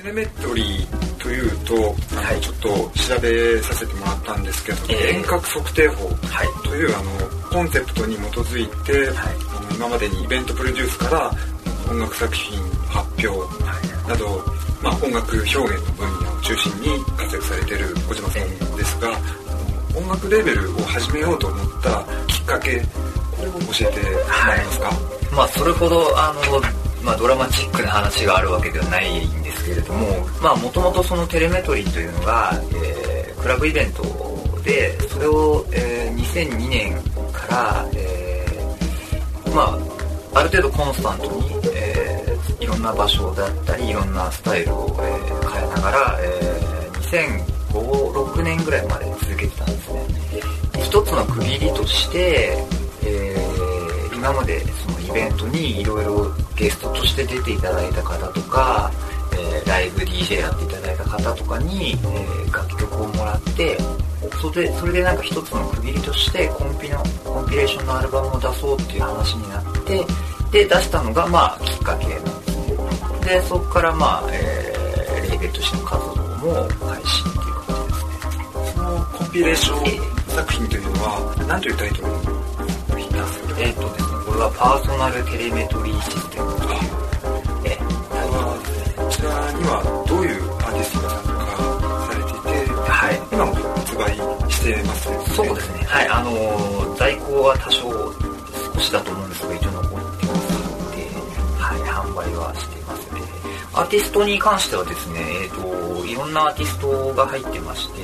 テレメトリーというと、ちょっと調べさせてもらったんですけど、遠隔測定法というコンセプトに基づいて、今までにイベントプロデュースから音楽作品発表など、音楽表現の分野を中心に活躍されている小島さんですが、音楽レーベルを始めようと思ったきっかけ、これを教えてもらえますか？ それほどドラマチックな話があるわけではないんですけれども、もともとそのテレメトリーというのが、クラブイベントで、それを、2002年から、ある程度コンスタントに、いろんな場所だったりいろんなスタイルを、変えながら、2005、6年ぐらいまで続けてたんですね。一つの区切りとして、今までそのイベントにいろいろゲストとして出ていただいた方とか、ライブ DJ やっていただいた方とかに、楽曲をもらって、それでなんか一つの区切りとしてコンピレーションのアルバムを出そうっていう話になって、で出したのがきっかけなんですね。でそこからレーベルとしての活動も開始っていう感じですね。 そのコンピレーション作品というのは何というタイトルの作品なんですか？ ですね、これはパーソナルテレメトリーシステムというこちらにはどういうアーティストが参加されていて、今も発売してますよね？ そうですね、在庫は多少少しだと思うんですが一応残ってますので、販売はしていますね。アーティストに関してはですね、いろんなアーティストが入ってまして、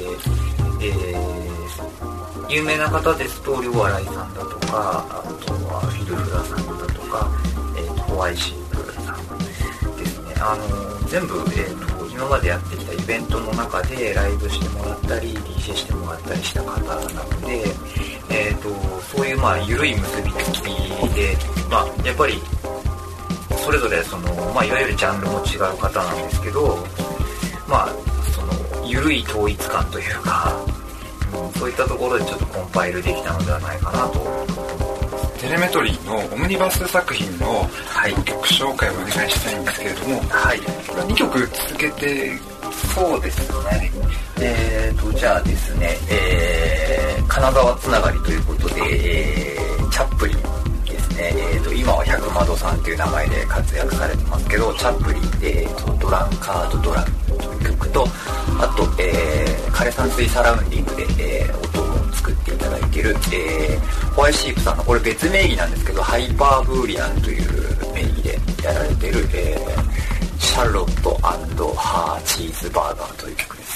有名な方ですと両新井さんだとか、あとはフィルフラさんだとか、ホワイシープさんですね。全部、今までやってきたイベントの中でライブしてもらったり DJ してもらったりした方なので、そういう緩い結びつきで、やっぱりそれぞれその、いわゆるジャンルも違う方なんですけど、その緩い統一感というか、そういったところでちょっとコンパイルできたのではないかなと思ってます。 テレメトリーのオムニバス作品の曲紹介をお願いしたいんですけれども、2曲続けて。 そうですね。じゃあですね、金沢つながりということで、チャップリンですね、今は百窓さんという名前で活躍されてますけど、チャップリンで、ドランカードドラムという曲と、あと、枯山水サラウンディングで、音を作っていただいている、ホワイシープさんの、これ別名義なんですけど、ハイパーブーリアンという名義でやられている、シャロット&ハーチーズバーガーという曲です。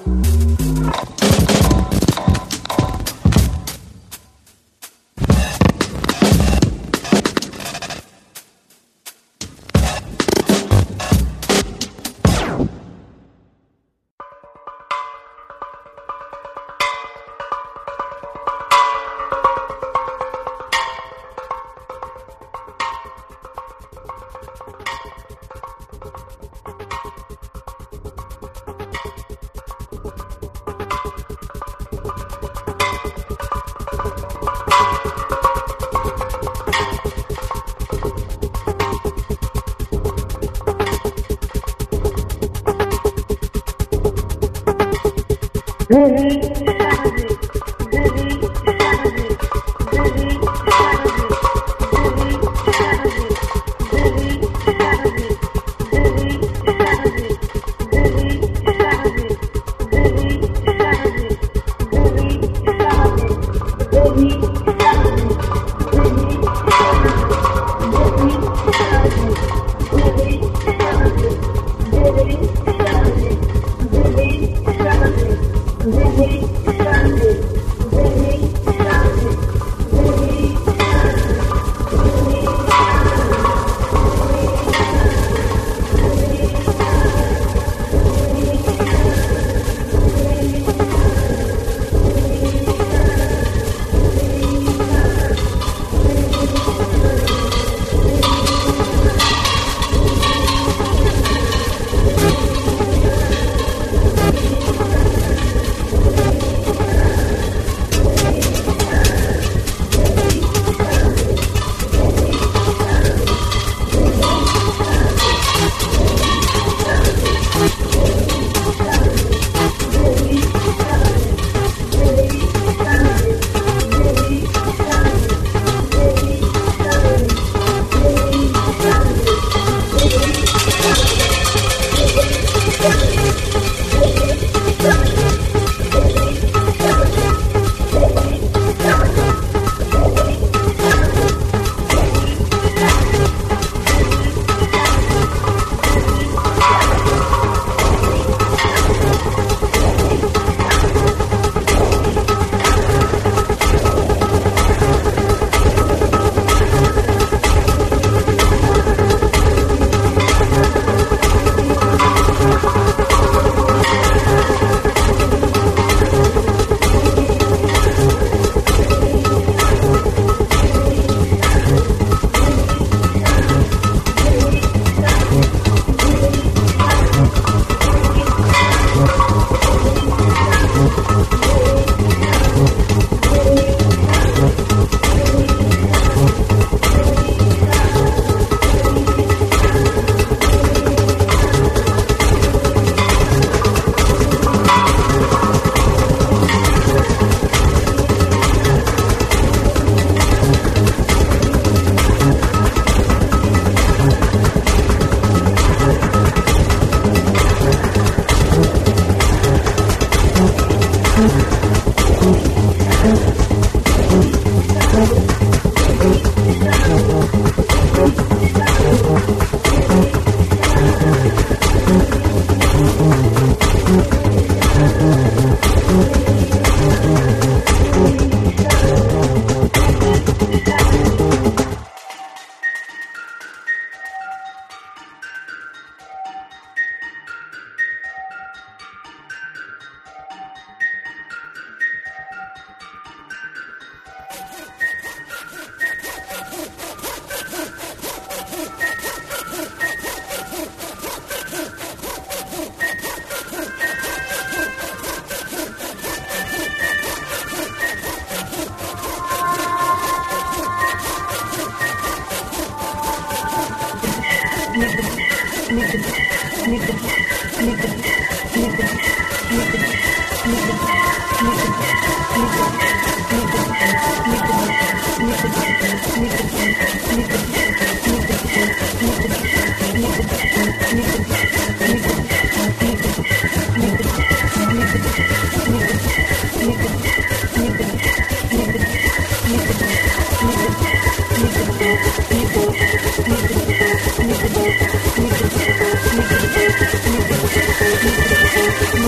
Thank you.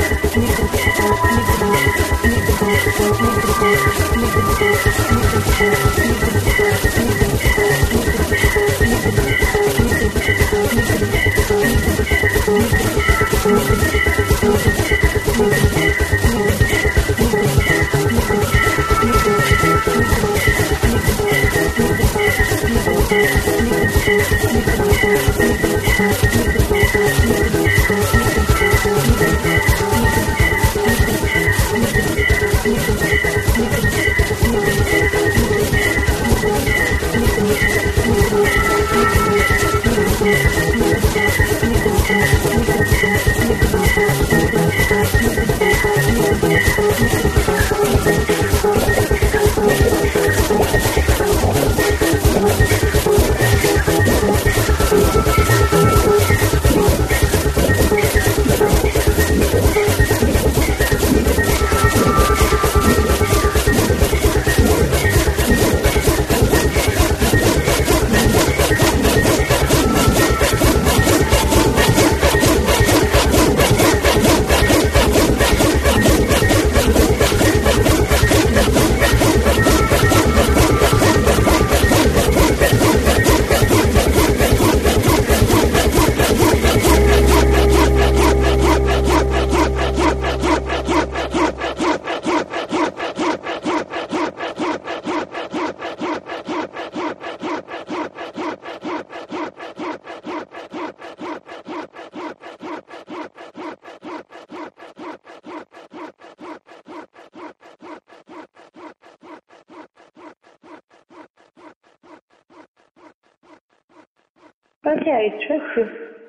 Okay, true.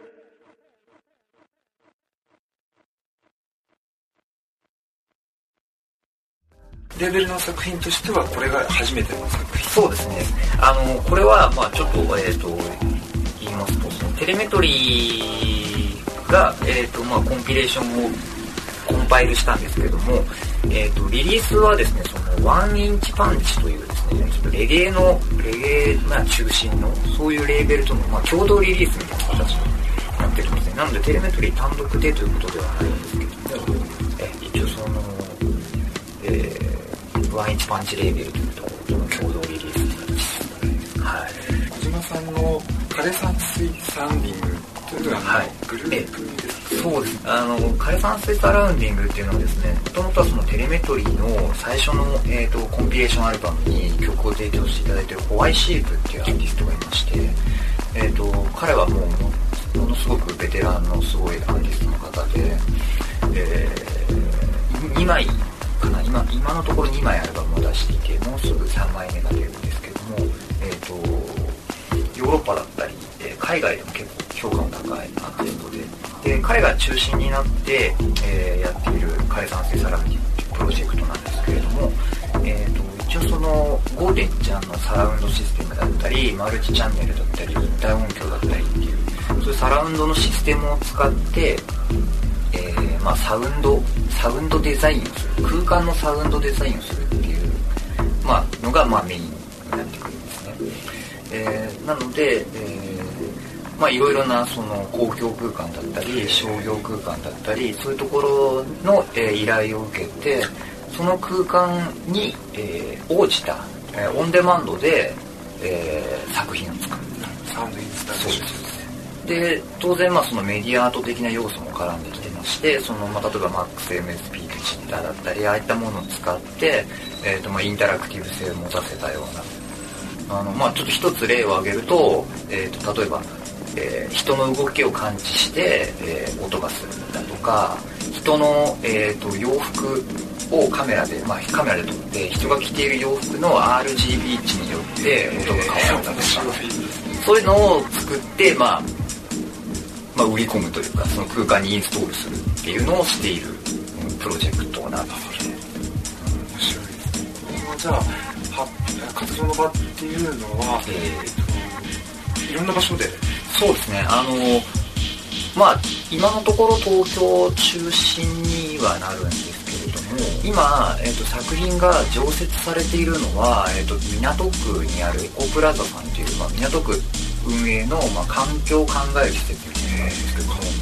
レーベルの作品としてはこれが初めての作品。 そうですね。これはまあちょっと言いますと、そのテレメトリーがまあコンピレーションをコンパイルしたんですけれども、リリースはですね、そのワンインチパンチというですね、ちょっとレゲエまあ中心のそういうレーベルとのまあ共同リリースみたいな形になってるんですね。なのでテレメトリー単独でということではないんですけども、一応そのワンインチパンチレーベルというところとの共同リリースになります。はい。 小島さんの枯山水サウンディングというのは、はい、グループですか？ そうです。枯山水サラウンディングっていうのはですね、もともとはそのテレメトリーの最初の、コンピレーションアルバムに曲を提供していただいているホワイシープっていうアーティストがいまして、彼はものすごくベテランのすごいアーティストの方で、2枚かな、今のところ2枚アルバムを出していて、もうすぐ3枚目が出るんですけども、ヨーロッパだったり、海外でも結構評価の高いアーティストで、彼が中心になって、やっている枯山水サラウンディングっていうプロジェクトなんですけれども、一応その 5.1 ちゃんのサラウンドシステムだったり、マルチチャンネルだったり、立体音響だったりっていう、そういうサラウンドのシステムを使って、まあ、サウンドデザインをする、空間のサウンドデザインをするっていう、まあ、のが、まあ、メインになってくるんですね。なので、まあ、いろいろなその公共空間だったり商業空間だったりそういうところの、依頼を受けてその空間に、応じた、オンデマンドで、作品を作るサウンドインスタレーションで当然まあそのメディアアート的な要素も絡んできてましてその、まあ、例えば MaxMSP とチッターだったりああいったものを使って、まあ、インタラクティブ性を持たせたようなまあ、ちょっと一つ例を挙げると、例えば人の動きを感知して、音がするだとか人の、洋服をカメラで撮って人が着ている洋服の RGB 値によって音が変わるだとかそういうのを作って、まあ、売り込むというかその空間にインストールするっていうのをしているプロジェクトなんですね。 面白いですね。じゃあ活動の場っていうのは、いろんな場所でそうですね。まあ今のところ東京中心にはなるんですけれども今、作品が常設されているのは、港区にあるエコプラザさんという、まあ、港区運営の、まあ、環境を考える施設みたいなんですけども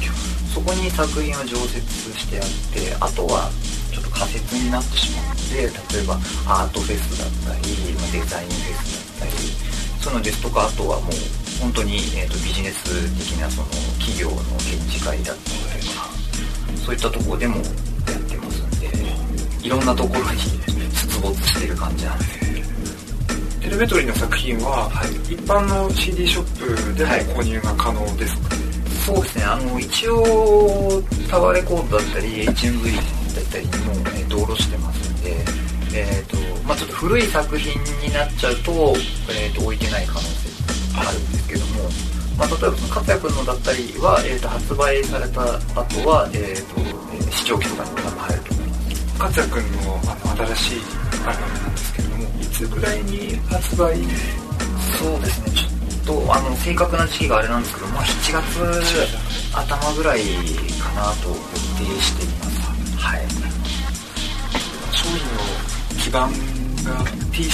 そこに作品を常設してあって、あとはちょっと仮設になってしまうので、例えばアートフェスだったり、デザインフェスだったり、そういうのですとか、あとはもう本当に、ビジネス的なその企業の展示会だったりとか、そういったところでもやってますんで、いろんなところに出没してる感じなんです。 テレメトリーの作品は、一般の CD ショップでも購入が可能ですか？ そうですね、一応タワーレコードだったり HMV だったりにも、道路してますんで、ちょっと古い作品になっちゃうと、置いてない可能性あるんですけども、例えばその勝也くんのだったりは、発売された後は、視聴機とかにも入ると思います。 勝也くんの新しいアルバムなんですけれども、いつぐらいに発売？ そうですね、ちょっと正確な時期があれなんですけど、7月頭ぐらいかなと予定しています。はい。 商品の基盤が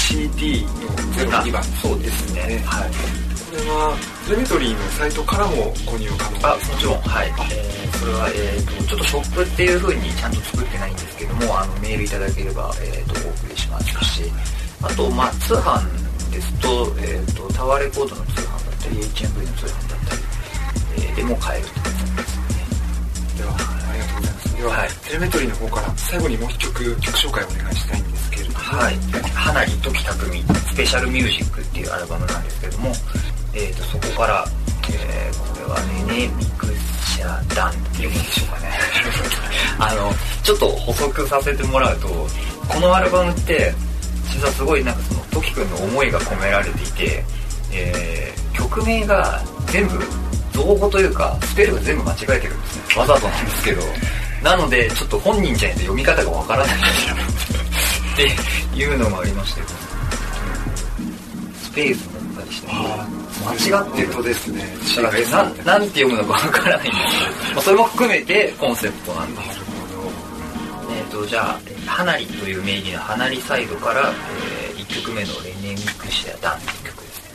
TCD の02番。 そうですね。はい。 これはテレメトリーのサイトからも購入可能ですか？ もちろん。はい。それはちょっとショップっていう風にちゃんと作ってないんですけども、メールいただければお送りしますし、あと通販ですとタワーレコードの通販だったり HMV の通販だったり、でも買えるってことですね。 ではありがとうございます。では、テレメトリーの方から最後にもう一曲紹介をお願いしたいんですけれども、 花火時匠スペシャルミュージックっていうアルバムなんですけども、そこから、これはねミクシャダンっていうんでしょうかねちょっと補足させてもらうと、このアルバムって実はすごいそのトキくんの思いが込められていて、曲名が全部造語というかスペルが全部間違えてるんですね。わざとなんですけど、なのでちょっと本人じゃないと読み方がわからないっていうのがありまして、スペースだったりして間違ってる。 本当ですね。 なんて読むのかわからないんですけど、それも含めてコンセプトなんです。じゃあ花火という名義の花火サイドから、1曲目のレネミクシアダンという曲ですね。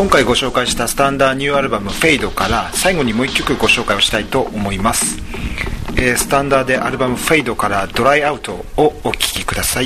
今回ご紹介したスタンダーニューアルバムフェイドから最後にもう一曲ご紹介をしたいと思います。スタンダーでアルバムフェイドからドライアウトをお聴きください。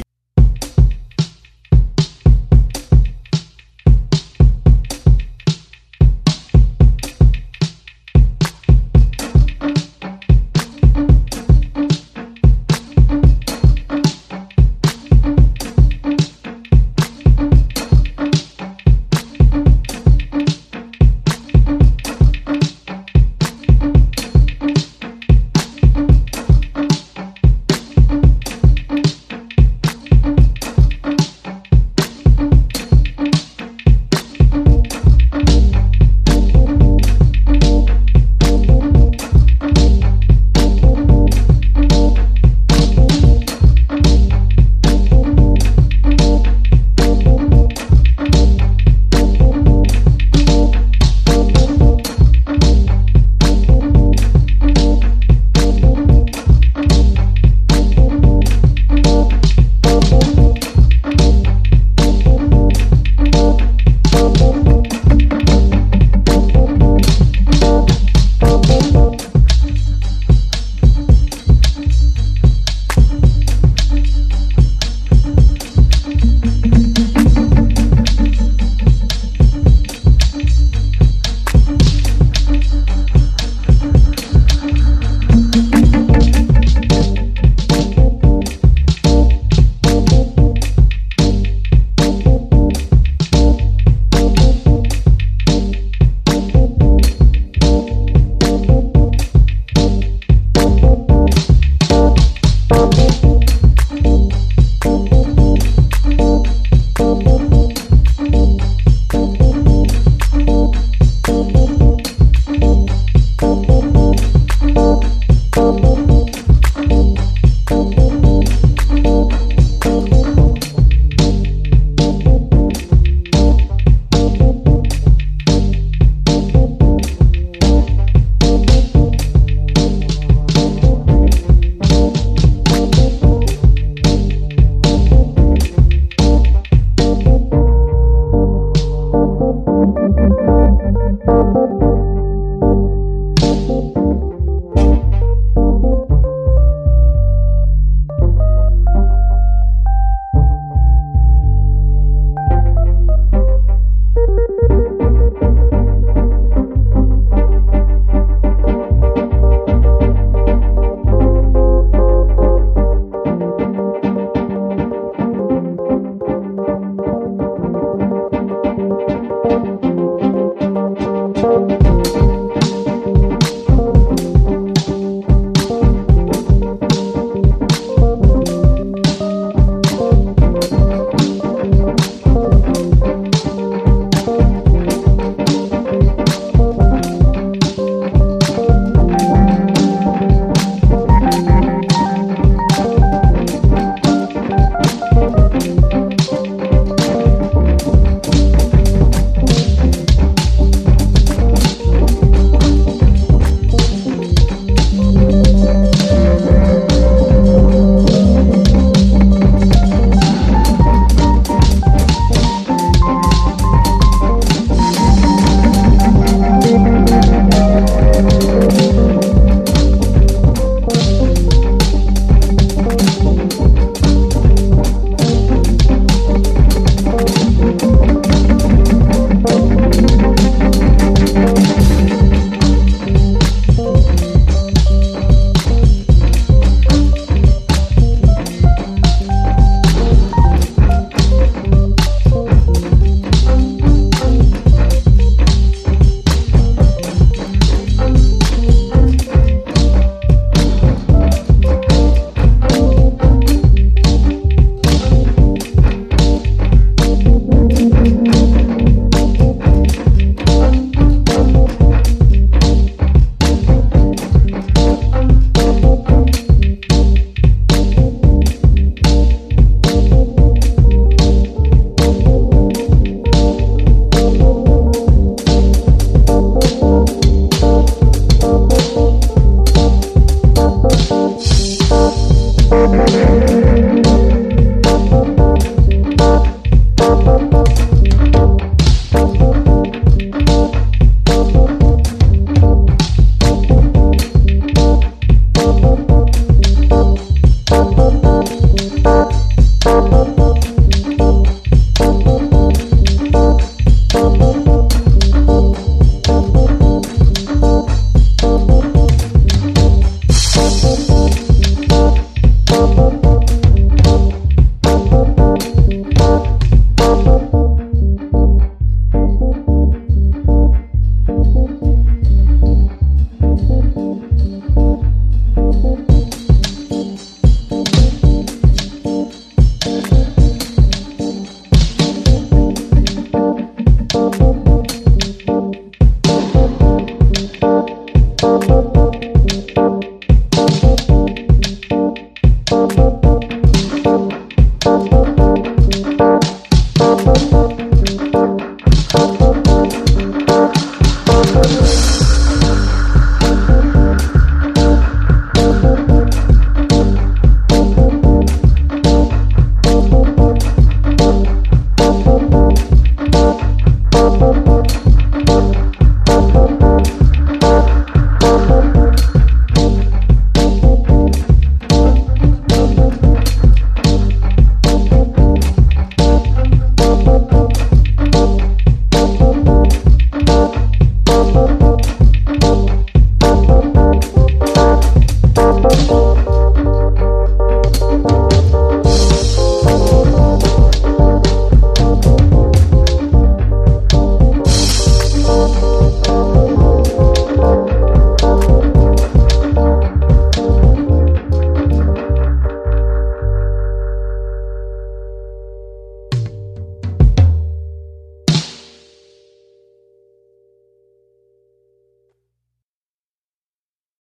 した。